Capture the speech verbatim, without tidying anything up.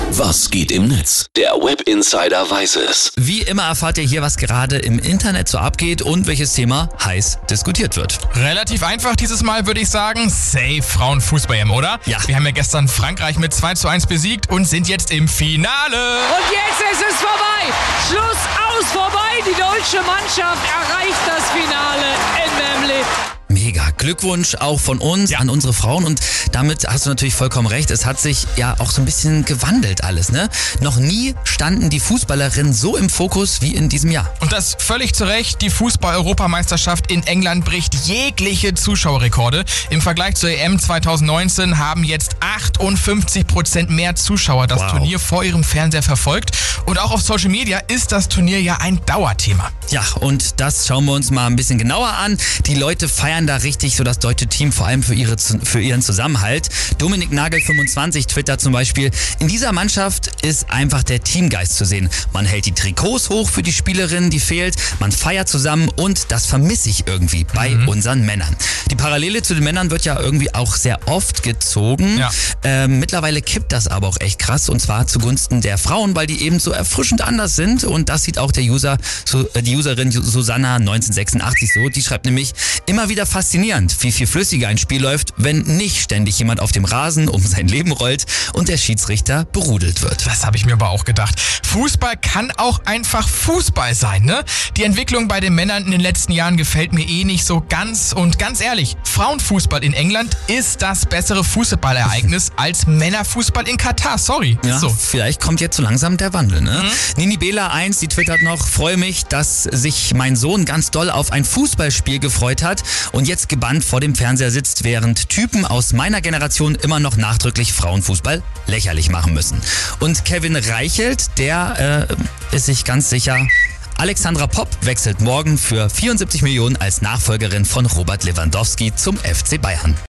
Was geht im Netz? Der Web Insider weiß es. Wie immer erfahrt ihr hier, was gerade im Internet so abgeht und welches Thema heiß diskutiert wird. Relativ einfach dieses Mal, würde ich sagen. Safe Frauenfußball-E M, oder? Ja. Wir haben ja gestern Frankreich mit zwei zu eins besiegt und sind jetzt im Finale. Und jetzt ist es vorbei. Schluss, aus, vorbei. Die deutsche Mannschaft erreicht das Finale in Wembley. Mega. Glückwunsch auch von uns Ja. an unsere Frauen und damit hast du natürlich vollkommen recht. Es hat sich ja auch so ein bisschen gewandelt alles, ne? Noch nie standen die Fußballerinnen so im Fokus wie in diesem Jahr. Und das völlig zu Recht. Die Fußball-Europameisterschaft in England bricht jegliche Zuschauerrekorde. Im Vergleich zur E M zwanzig neunzehn haben jetzt achtundfünfzig Prozent mehr Zuschauer das Wow. Turnier vor ihrem Fernseher verfolgt. Und auch auf Social Media ist das Turnier ja ein Dauerthema. Ja, und das schauen wir uns mal ein bisschen genauer an. Die Leute feiern da richtig so das deutsche Team, vor allem für, ihre, für ihren Zusammenhalt. Dominik Nagel fünfundzwanzig twittert zum Beispiel: In dieser Mannschaft ist einfach der Teamgeist zu sehen. Man hält die Trikots hoch für die Spielerin, die fehlt. Man feiert zusammen und das vermisse ich irgendwie bei Mhm. unseren Männern. Die Parallele zu den Männern wird ja irgendwie auch sehr oft gezogen. Ja. Ähm, mittlerweile kippt das aber auch echt krass und zwar zugunsten der Frauen, weil die eben so erfrischend anders sind und das sieht auch der User, so, äh, die Userin Susanna neunzehnhundertsechsundachtzig so. Die schreibt nämlich: Immer wieder faszinierend, wie viel flüssiger ein Spiel läuft, wenn nicht ständig jemand auf dem Rasen um sein Leben rollt und der Schiedsrichter berudelt wird. Das habe ich mir aber auch gedacht. Fußball kann auch einfach Fußball sein, ne? Die Entwicklung bei den Männern in den letzten Jahren gefällt mir eh nicht so ganz. Und ganz ehrlich, Frauenfußball in England ist das bessere Fußballereignis als Männerfußball in Katar. Sorry. Ja, So. vielleicht kommt jetzt so langsam der Wandel, ne? Nini Bela eins, die twittert noch: Freue mich, dass sich mein Sohn ganz doll auf ein Fußballspiel gefreut hat und jetzt gebannt vor dem Fernseher sitzt, während Typen aus meiner Generation immer noch nachdrücklich Frauenfußball lächerlich machen müssen. Und Kevin Reichelt, der äh, ist sich ganz sicher: Alexandra Popp wechselt morgen für vierundsiebzig Millionen als Nachfolgerin von Robert Lewandowski zum F C Bayern.